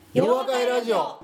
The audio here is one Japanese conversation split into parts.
ようわかいラジオ。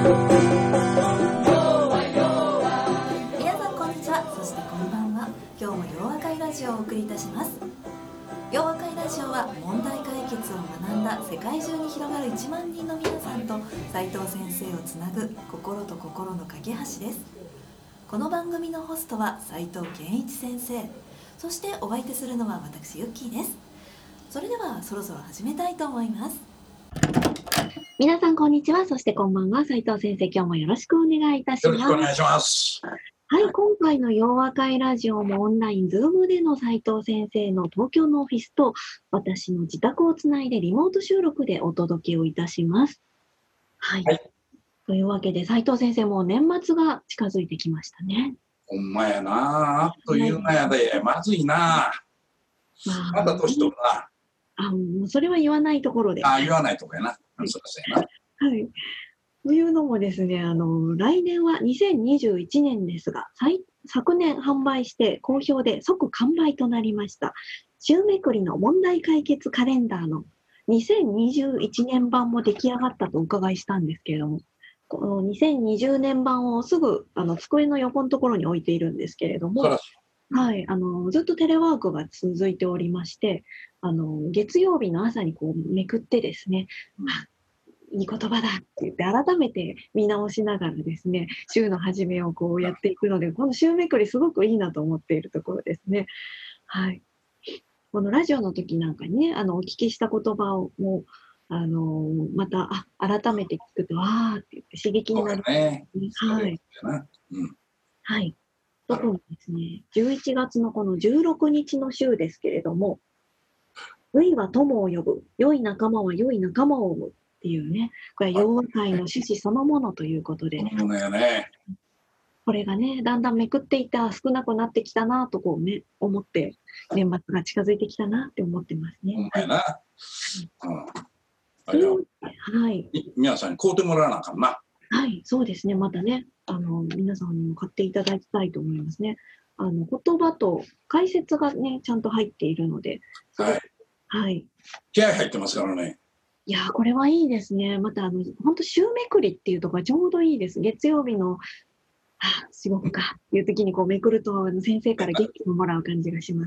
皆さんこんにちは、そしてこんばんは。今日もようわかいラジオをお送りいたします。ようわかいラジオは問題解決を学んだ世界中に広がる1万人の皆さんと斉藤先生をつなぐ心と心の架け橋です。この番組のホストは斉藤健一先生、そしてお相手するのは私ユッキーです。それではそろそろ始めたいと思います。 皆さんこんにちは、そしてこんばんは。斉藤先生、今日もよろしくお願いいたします。 よろしくお願いします。 はい、今回のようわかいラジオもオンライン、ズームでの斉藤先生の東京のオフィスと私の自宅をつないでリモート収録でお届けをいたします。はい。というわけで、斉藤先生も年末が近づいてきましたね。 ほんまやな、あっという間やで、まずいな。まだ年取るな。 もうそれは言わないところで。 言わないとこやな。そうやな。 はい。というのもですね、来年は2021年ですが、昨年販売して好評で即完売となりました、週めくりの問題解決カレンダーの2021年版も出来上がったとお伺いしたんですけれども、この2020年版をすぐ机の横のところに置いているんですけれども、はい、ずっとテレワークが続いておりまして、月曜日の朝にこうめくってですね、いい言葉だって言って改めて見直しながらですね、週の初めをこうやっていくので、この週めくりすごくいいなと思っているところですね。はい。このラジオの時なんかにね、お聞きした言葉をもう、また、改めて聞くと、って言って刺激になる、 ね。 はい。はい。特にですね、11月のこの16日の週ですけれども、良いは友を呼ぶ、良い仲間は良い仲間を生むっていうね、これはようわかいの趣旨そのものということで、これがね、だんだんめくっていった少なくなってきたなとこうね、思って年末が近づいてきたなって思ってますね。 ほんまやな。 はい。 皆さんに買うてもらわなあかんな。 はい、そうですね。またね、皆さんにも買っていただきたいと思いますね。言葉と解説がね、ちゃんと入っているので、はい。 気合入ってますからね。 いやー、これはいいですね。また、本当週めくりっていうところがちょうどいいです。月曜日の、仕事かっていう時にこうめくると、先生から元気をもらう感じがします。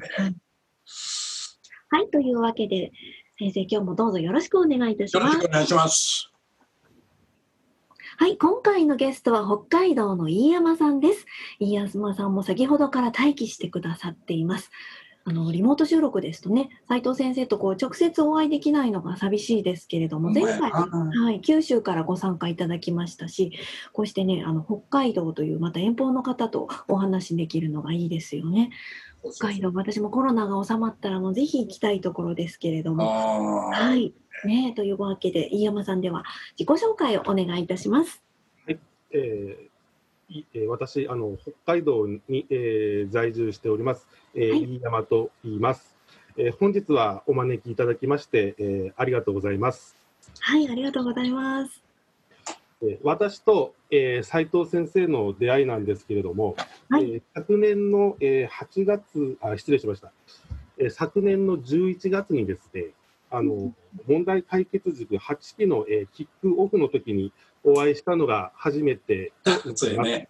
はい、というわけで、先生、今日もどうぞよろしくお願いいたします。 よろしくお願いします。 はい、今回のゲストは北海道の飯山さんです。飯山さんも先ほどから待機してくださっています。リモート収録ですとね、斉藤先生とこう直接お会いできないのが寂しいですけれども、前回、九州からご参加いただきましたし、こうしてね、北海道というまた遠方の方とお話できるのがいいですよね。北海道、私もコロナが収まったらもうぜひ行きたいところですけれども。はい。ね、というわけで、飯山さんでは自己紹介をお願いいたします。 はい。私、北海道に、在住しております、飯山と言います。本日はお招きいただきまして、ありがとうございます。 はい、ありがとうございます。 私と、斉藤先生の出会いなんですけれども、昨年の、8月、失礼しました。昨年の11月にですね、問題解決塾8期の、キックオフの時にお会いしたのが初めてそうやね。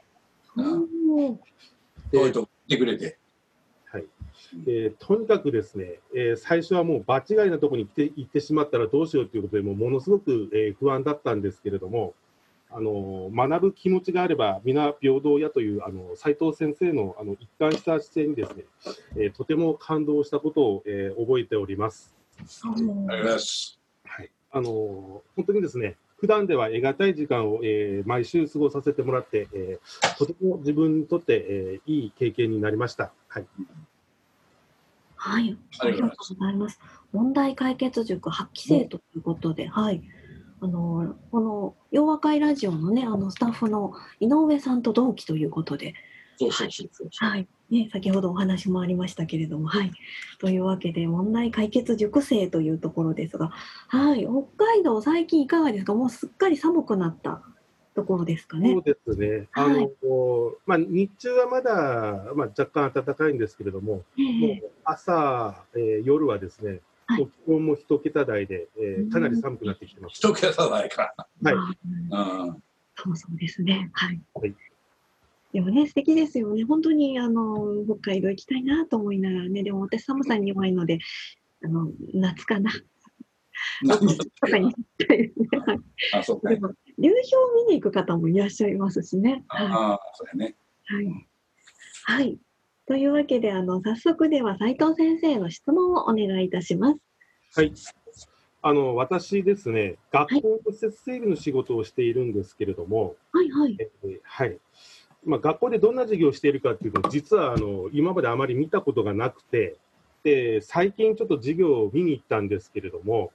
どういうとこ来てくれて。 はい。とにかくですね、最初はもう場違いなところに行ってしまったらどうしようということでものすごく、不安だったんですけれども、学ぶ気持ちがあれば皆平等やという斉藤先生の一貫した姿勢にですね、とても感動したことを、覚えております。 ありがとうございます。 はい。本当にですね、普段では得難い時間を、毎週過ごさせてもらって、とても自分にとって、いい経験になりました。はい。 はい、ありがとうございます。問題解決塾8期生ということで、はい。このようわかいラジオのね、スタッフの井上さんと同期ということで、はい。ね、先ほどお話もありましたけれども、はい。というわけで、問題解決塾生というところですが、はい。北海道、最近いかがですか？もうすっかり寒くなったところですかね。 そうですね。日中はまだ、若干暖かいんですけれども、もう朝、夜はですね、 はい、 気温も1桁台で、かなり寒くなってきてます。 一桁台か。 はい。 そうですね。はい。 はい、 でもね、素敵ですよね。本当に北海道行きたいなと思いながらね、でも私寒さに弱いので、夏かな。 何とかに行きたいですね。はい。 あ、そうか。 でも流氷見に行く方もいらっしゃいますしね。 ああ、そうやね。 はい。はい。というわけで、早速では斉藤先生の質問をお願いいたします。 はい。私ですね、学校の施設整備の仕事をしているんですけれども、 はいはい。 はい。学校でどんな授業をしているかっていうのを、実は今まであまり見たことがなくて、で最近ちょっと授業を見に行ったんですけれども、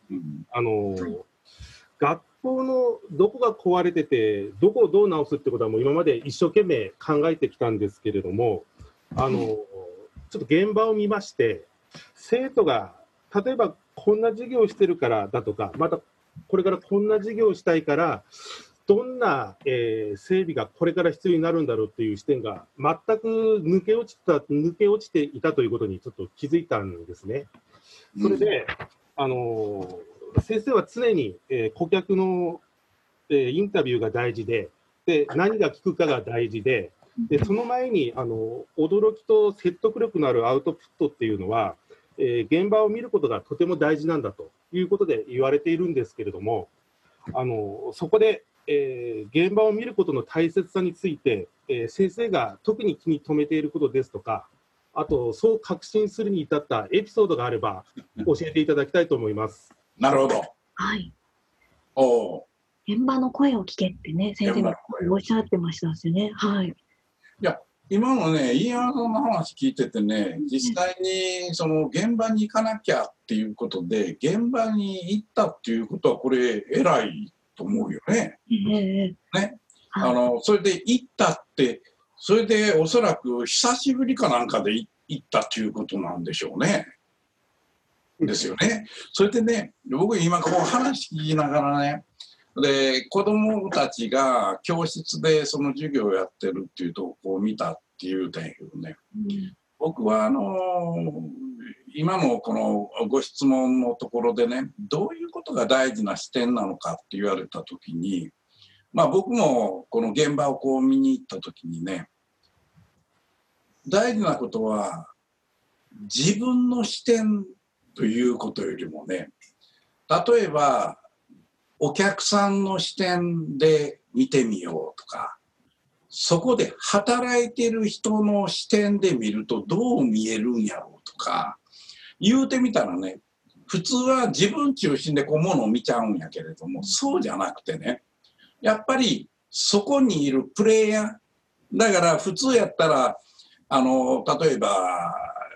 学校のどこが壊れてて、どこをどう直すってことはもう今まで一生懸命考えてきたんですけれども、ちょっと現場を見まして、生徒が例えばこんな授業をしてるからだとか、またこれからこんな授業をしたいから、どんな、整備がこれから必要になるんだろうっていう視点が全く抜け落ちていたということにちょっと気づいたんですね。それで、先生は常に、顧客の、インタビューが大事で、何が聞くかが大事で、その前に驚きと説得力のあるアウトプットっていうのは、現場を見ることがとても大事なんだということで言われているんですけれども、そこで、現場を見ることの大切さについて、先生が特に気に留めていることですとか、あとそう確信するに至ったエピソードがあれば教えていただきたいと思います。 なるほど。 はい。現場の声を聞けってね、先生もおっしゃってましたしね。はい。 いや、今のね、飯山さんの話聞いててね、実際にその現場に行かなきゃっていうことで、現場に行ったっていうことは、これ、偉いと思うよね。ね。それで行ったって、それでおそらく久しぶりかなんかで行ったっていうことなんでしょうね。ですよね。それでね、僕今こう話聞きながらね、で子どもたちが教室でその授業をやってるっていうとこを見たっていう点をね、僕は今のこのご質問のところでね、どういうことが大事な視点なのかって言われたときに、僕もこの現場をこう見に行ったときにね、大事なことは自分の視点ということよりもね、例えばお客さんの視点で見てみようとか、そこで働いてる人の視点で見るとどう見えるんやろうとか言うてみたらね、普通は自分中心でこうものを見ちゃうんやけれども、そうじゃなくてね、やっぱりそこにいるプレイヤーだから、普通やったら例えば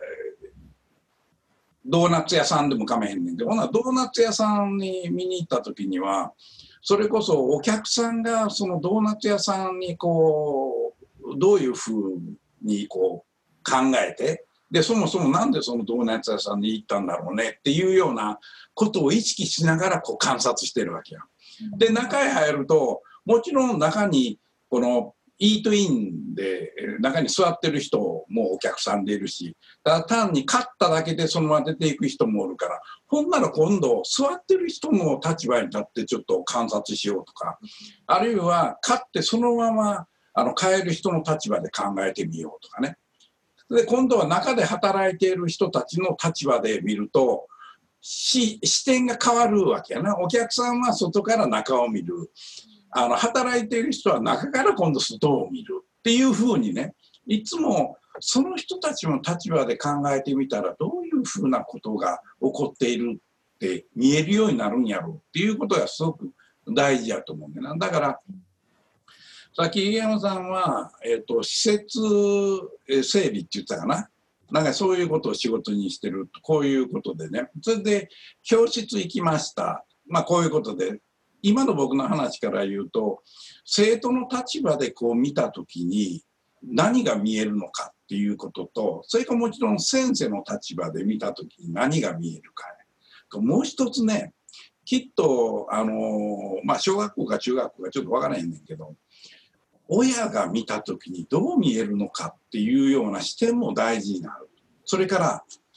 ドーナツ屋さんでもかめへんねんけど、ドーナツ屋さんに見に行った時には、それこそお客さんがそのドーナツ屋さんにこうどういうふうにこう考えて、でそもそもなんでそのドーナツ屋さんに行ったんだろうねっていうようなことを意識しながらこう観察してるわけや。で中へ入ると、もちろん中にこのイートインで中に座ってる人もお客さんでいるし、ただ単に買っただけでそのまま出ていく人もおるから、ほんなら今度座ってる人の立場に立ってちょっと観察しようとか、あるいは買ってそのまま買える人の立場で考えてみようとかね。で今度は中で働いている人たちの立場で見ると視点が変わるわけやな。お客さんは外から中を見る、働いている人は中から今度外を見るっていうふうにね、いつもその人たちの立場で考えてみたらどういうふうなことが起こっているって見えるようになるんやろうっていうことがすごく大事やと思うんだよな。だからさっき井山さんは、施設整備って言ったかな、なんかそういうことを仕事にしてる、こういうことでね、それで教室行きました、こういうことで、今の僕の話から言うと、生徒の立場でこう見たときに何が見えるのかっていうことと、それからもちろん先生の立場で見たときに何が見えるか、ね、もう一つね、きっと小学校か中学校かちょっと分からへんねんけど、親が見たときにどう見えるのかっていうような視点も大事になる。それから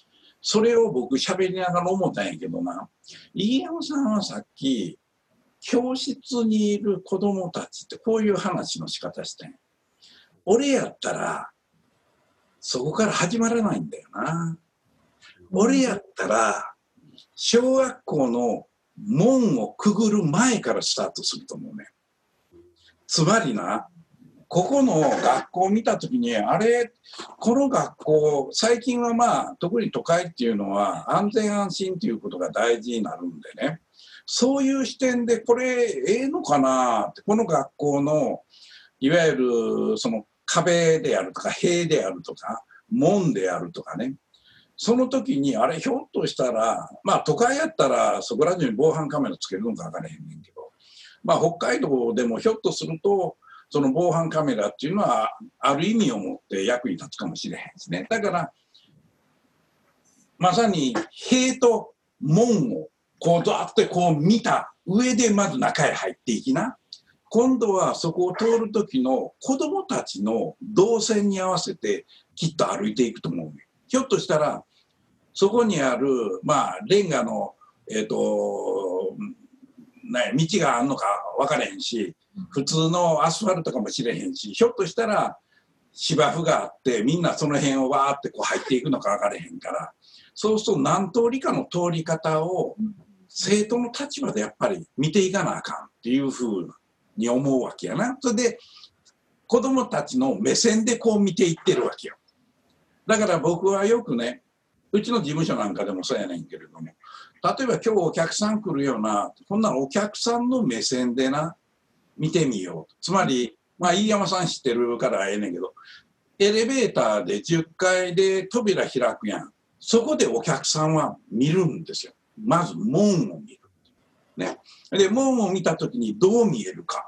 それを僕喋りながら思ったんやけどな、飯山さんはさっき教室にいる子どもたちってこういう話の仕方してん。俺やったらそこから始まらないんだよな。俺やったら小学校の門をくぐる前からスタートすると思うね。つまりな、ここの学校を見たときに、あれ、この学校、最近はまあ、特に都会っていうのは安全安心っていうことが大事になるんでね、そういう視点でこれ、ええのかなって、この学校の、いわゆるその壁であるとか、塀であるとか、門であるとかね、その時に、あれ、ひょっとしたら、まあ、都会やったらそこら中に防犯カメラつけるのか分からへんねんけど、まあ、北海道でもひょっとすると、その防犯カメラっていうのはある意味を持って役に立つかもしれへんですね。だからまさに塀と門をこうドアってこう見た上でまず中へ入っていきな。今度はそこを通る時の子どもたちの動線に合わせてきっと歩いていくと思うね。ひょっとしたらそこにあるまあレンガの道があるのか分からへんし、普通のアスファルトかもしれへんし、ひょっとしたら芝生があってみんなその辺をわーってこう入っていくのか分からへんから、そうすると何通りかの通り方を生徒の立場でやっぱり見ていかなあかんっていうふうに思うわけやな。それで子どもたちの目線でこう見ていってるわけよ。だから僕はよくね、うちの事務所なんかでもそうやねんけれども、例えば今日お客さん来るような、こんなのお客さんの目線でな、見てみよう。つまり、まあ飯山さん知ってるからええねんけど、エレベーターで10階で扉開くやん。そこでお客さんは見るんですよ。まず門を見る。ね。で、門を見たときにどう見えるか。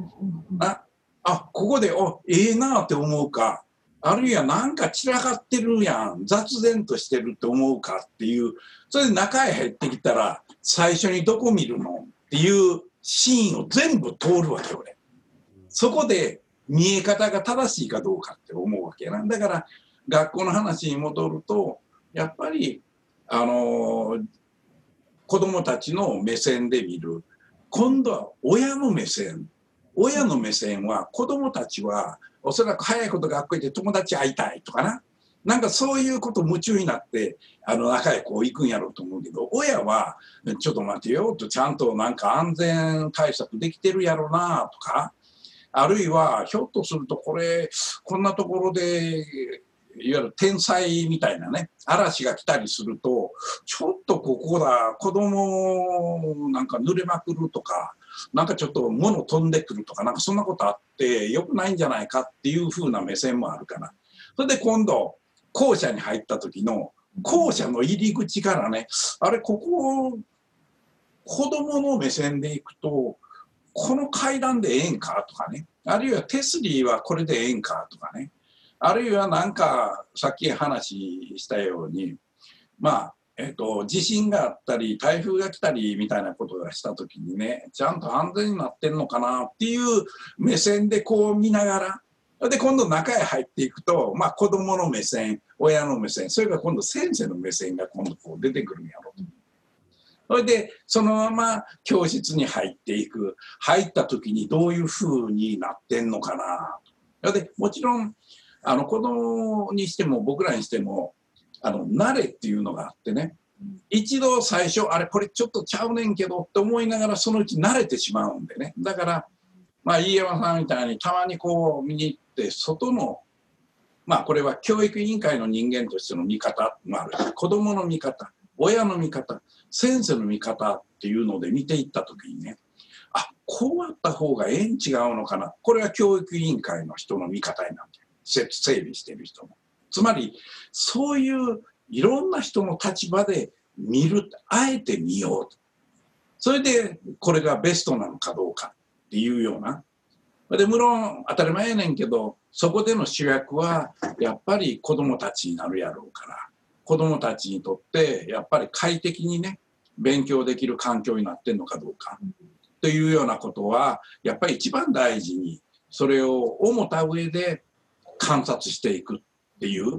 ここで、ええなって思うか。あるいはなんか散らかってるやん、雑然としてるって思うかっていう、それで中へ入ってきたら最初にどこ見るのっていうシーンを全部通るわけよね。そこで見え方が正しいかどうかって思うわけやな。だから学校の話に戻ると、やっぱり子供たちの目線で見る。今度は親の目線。親の目線は子供たちはおそらく早いこと学校行って友達会いたいとかな。なんかそういうこと夢中になって中へこう行くんやろうと思うけど、親はちょっと待てよと、ちゃんとなんか安全対策できてるやろなとか、あるいはひょっとするとこんなところでいわゆる天災みたいなね、嵐が来たりすると、ちょっとここだ、子供なんか濡れまくるとか、なんかちょっと物飛んでくるとか、なんかそんなことあって良くないんじゃないかっていう風な目線もあるかな。それで今度校舎に入った時の校舎の入り口からね、あれここ子供の目線でいくとこの階段でええんかとかね、あるいは手すりはこれでええんかとかね、あるいはなんかさっき話したようにまあ地震があったり台風が来たりみたいなことがした時にね、ちゃんと安全になってんのかなっていう目線でこう見ながら、で今度中へ入っていくと、まあ、子どもの目線、親の目線、それから今度先生の目線が今度こう出てくるんやろうと。それでそのまま教室に入っていく。入った時にどういうふうになってんのかな。でもちろん子供にしても僕らにしても慣れっていうのがあってね、一度最初あれこれちょっとちゃうねんけどって思いながらそのうち慣れてしまうんでね。だからまあ飯山さんみたいにたまにこう見に行って外のまあこれは教育委員会の人間としての見方もあるし、子どもの見方、親の見方、先生の見方っていうので見ていった時にね、こうあった方が違うのかな。これは教育委員会の人の見方になって整備している人も。つまりそういういろんな人の立場で見る、あえて見ようと。それでこれがベストなのかどうかっていうような。で無論当たり前やねんけど、そこでの主役はやっぱり子どもたちになるやろうから、子どもたちにとってやっぱり快適にね勉強できる環境になってんのかどうかというようなことはやっぱり一番大事にそれを思った上で観察していくっていう、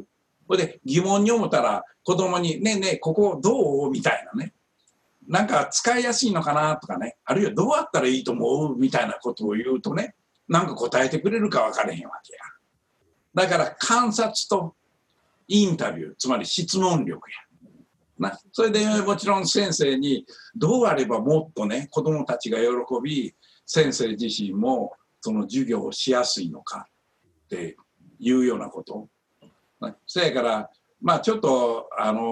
これで疑問に思ったら子供にねえねえここどうみたいなね、なんか使いやすいのかなとかね、あるいはどうやったらいいと思うみたいなことを言うとね、なんか答えてくれるか分からへんわけや。だから観察とインタビュー、つまり質問力やな。それでもちろん先生にどうあればもっとね子どもたちが喜び、先生自身もその授業をしやすいのかっていうようなこと。そやからまあちょっと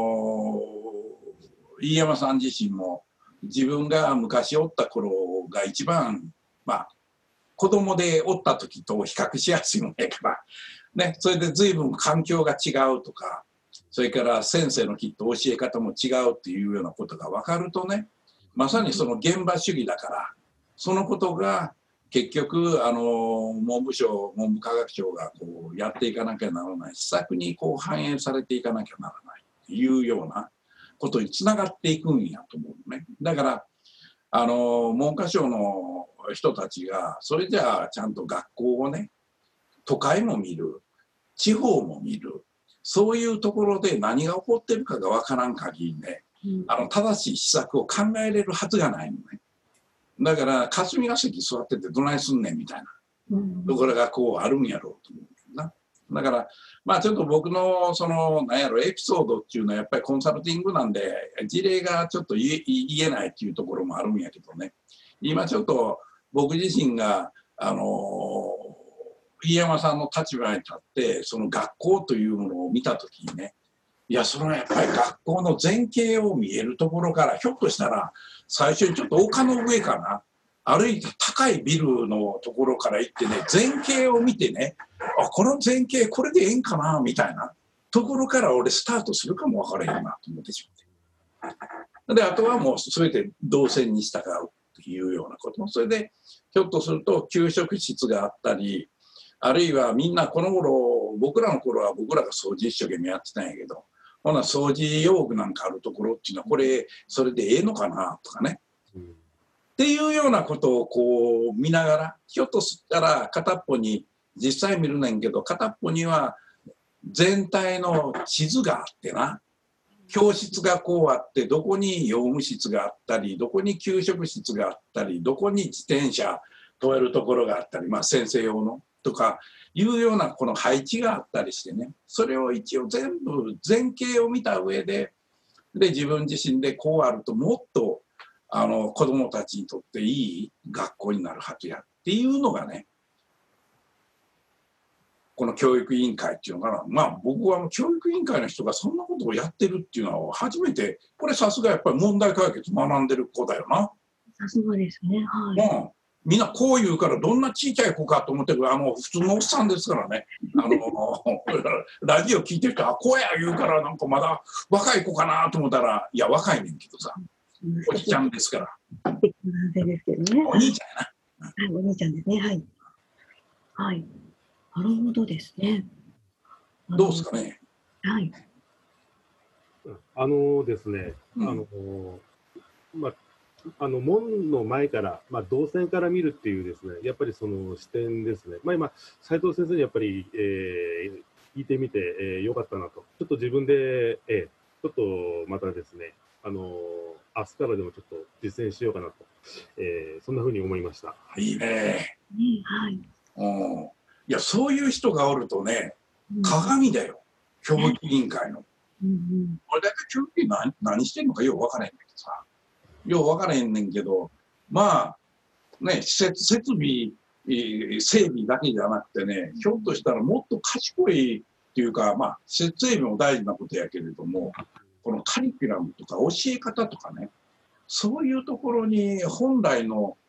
飯山さん自身も自分が昔おった頃が一番まあ子供でおった時と比較しやすいもんやからね、それで随分環境が違うとか、それから先生のきっと教え方も違うっていうようなことが分かるとね、まさにその現場主義だから、そのことが結局文部科学省がこうやっていかなきゃならない施策にこう反映されていかなきゃならないっていうようなことにつながっていくんやと思うね。だから文科省の人たちがそれじゃあちゃんと学校をね、都会も見る、地方も見る、そういうところで何が起こってるかが分からん限りね、正しい施策を考えれるはずがないのね。だから霞が関座っててどないすんねんみたいなところがこうあるんやろうと思うな。だからまあちょっと僕のそのなんやろエピソードっていうのはやっぱりコンサルティングなんで事例がちょっと言えないっていうところもあるんやけどね、今ちょっと僕自身が飯山さんの立場に立ってその学校というものを見たときにね、いやそのやっぱり学校の前景を見えるところから、ひょっとしたら最初にちょっと丘の上かな、歩いて高いビルのところから行ってね、前景を見てね、あこの前景これでええんかなみたいなところから俺スタートするかも分からへんなと思ってしまって、であとはもう全て動線に従うっていうようなこと、それでひょっとすると給食室があったり、あるいはみんなこの頃、僕らの頃は僕らが掃除一生懸命やってたんやけど、ほな掃除用具なんかあるところっていうのはこれそれでええのかなとかね、っていうようなことをこう見ながら、ひょっとしたら片っぽに実際見るねんけど、片っぽには全体の地図があってな、教室がこうあって、どこに用務室があったり、どこに給食室があったり、どこに自転車止めるところがあったり、まあ先生用のとかいうようなこの配置があったりしてね、それを一応全部前景を見た上で、自分自身でこうあるともっと子どもたちにとっていい学校になるはずやっていうのがね、この教育委員会っていうのかな、まあ僕は教育委員会の人がそんなことをやってるっていうのは初めて、これさすがやっぱり問題解決学んでる子だよな。 さすがですね。はい。 みんなこう言うからどんなちっちゃい子かと思ってる、普通のおっさんですからね、ラジオ聞いてる人はこうや言うからなんかまだ若い子かなと思ったら、いや若いねんけどさ、おじちゃんですから。 男性ですけどね。 お兄ちゃんやな。 はい、お兄ちゃんですね。はい。はい。なるほどですね。 どうですかね。 はい。 ですね、門の前から、動線から見るっていうですね、やっぱりその視点ですね。今、斉藤先生にやっぱり、聞いてみて、よかったなと。ちょっと自分で、ちょっとまたですね、明日からでもちょっと実践しようかなと、そんなふうに思いました。 いいね。 はい。 いや、そういう人がおるとね、鏡だよ、教育委員会の。俺だけ教育委員会何してんのかよう分からへんねんけどさ。よう分からへんねんけど、まあ、ね、設備、整備だけじゃなくてね、ひょっとしたらもっと賢いっていうか、設備も大事なことやけれども、このカリキュラムとか教え方とかね、そういうところに本来の、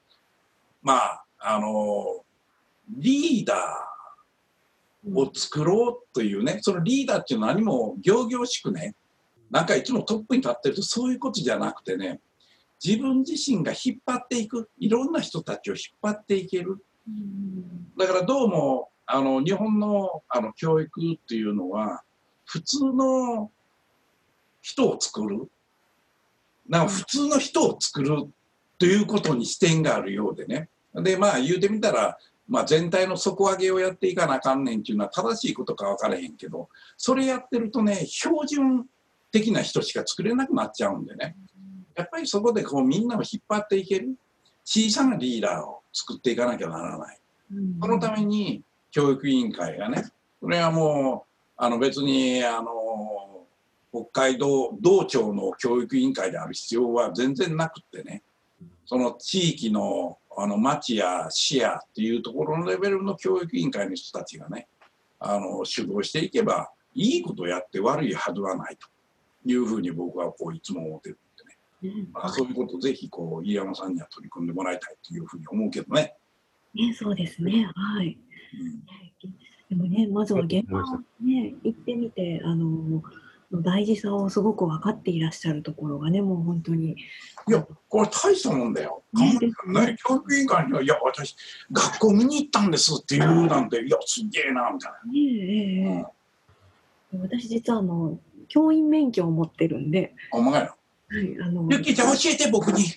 リーダーを作ろうというね、そのリーダーっていうのは何も仰々しくね、なんかいつもトップに立ってるとそういうことじゃなくてね、自分自身が引っ張っていく、いろんな人たちを引っ張っていける。だからどうも日本の教育っていうのは普通の人を作る、なんか普通の人を作るということに視点があるようでね。で言うてみたらまあ、全体の底上げをやっていかなあかんねんっていうのは正しいことか分からへんけど、それやってるとね、標準的な人しか作れなくなっちゃうんでね、やっぱりそこでこうみんなを引っ張っていける小さなリーダーを作っていかなきゃならない。そのために教育委員会がね、それはもう別に北海道道庁の教育委員会である必要は全然なくってね、その地域の町や市やっていうところのレベルの教育委員会の人たちがね、主導していけばいいことをやって悪いはずはないというふうに僕はこういつも思ってるんでね、そういうことをぜひこう飯山さんには取り組んでもらいたいというふうに思うけどね。 そうですね、はい。でもね、まずは現場ね、行ってみて、大事さをすごく分かっていらっしゃるところがね、もう本当に。 いや、これ大したもんだよ。教育委員会には、いや、私、学校見に行ったんですっていうなんて、いや、すげえな、みたいな。 私、実は教員免許を持ってるんで。 お前ら。ゆっきーちゃん、教えて、僕に。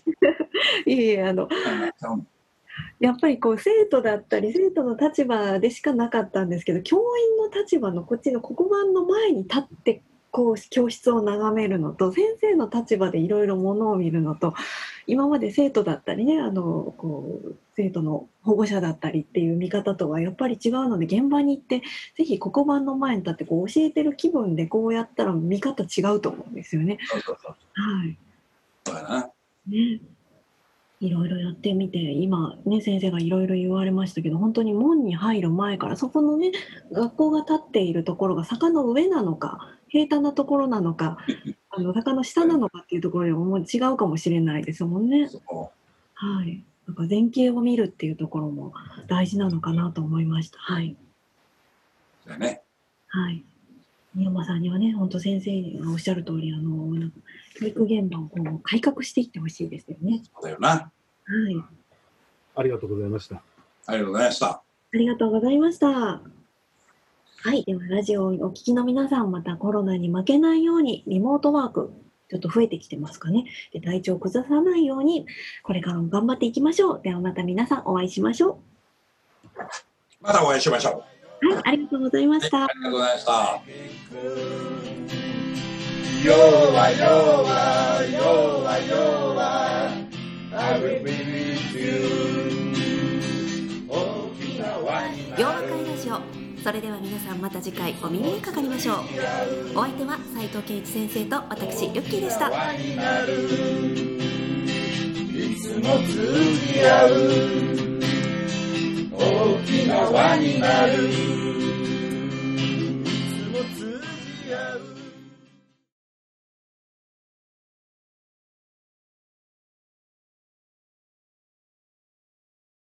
やっぱりこう生徒だったり生徒の立場でしかなかったんですけど、教員の立場のこっちの黒板の前に立ってこう教室を眺めるのと、先生の立場でいろいろものを見るのと、今まで生徒だったりね、こう生徒の保護者だったりっていう見方とはやっぱり違うので、現場に行ってぜひ黒板の前に立ってこう教えてる気分でこうやったら見方違うと思うんですよね。はい。 そうだな。 ね。いろいろやってみて、今ね、先生がいろいろ言われましたけど、本当に門に入る前から、そこのね、学校が建っているところが坂の上なのか、平坦なところなのか、坂の下なのかっていうところでも違うかもしれないですもんね。はい。なんか前景を見るっていうところも大事なのかなと思いました。はい。 だね。はい。 宮山さんにはね、本当先生がおっしゃる通り、教育現場をこう改革していってほしいですよね。 そうだよな。 はい。 ありがとうございました。 ありがとうございました。 ありがとうございました。はい。では、ラジオをお聞きの皆さん、またコロナに負けないように、リモートワーク、ちょっと増えてきてますかね。で、体調を崩さないように、これからも頑張っていきましょう。では、また皆さんお会いしましょう。またお会いしましょう。 はい、ありがとうございました。 ありがとうございました。 洋和会ラジオ。それでは皆さんまた次回お耳にかかりましょう。お相手は斉藤圭一先生と私ユッキーでした。いつも通じ合う大きな輪になる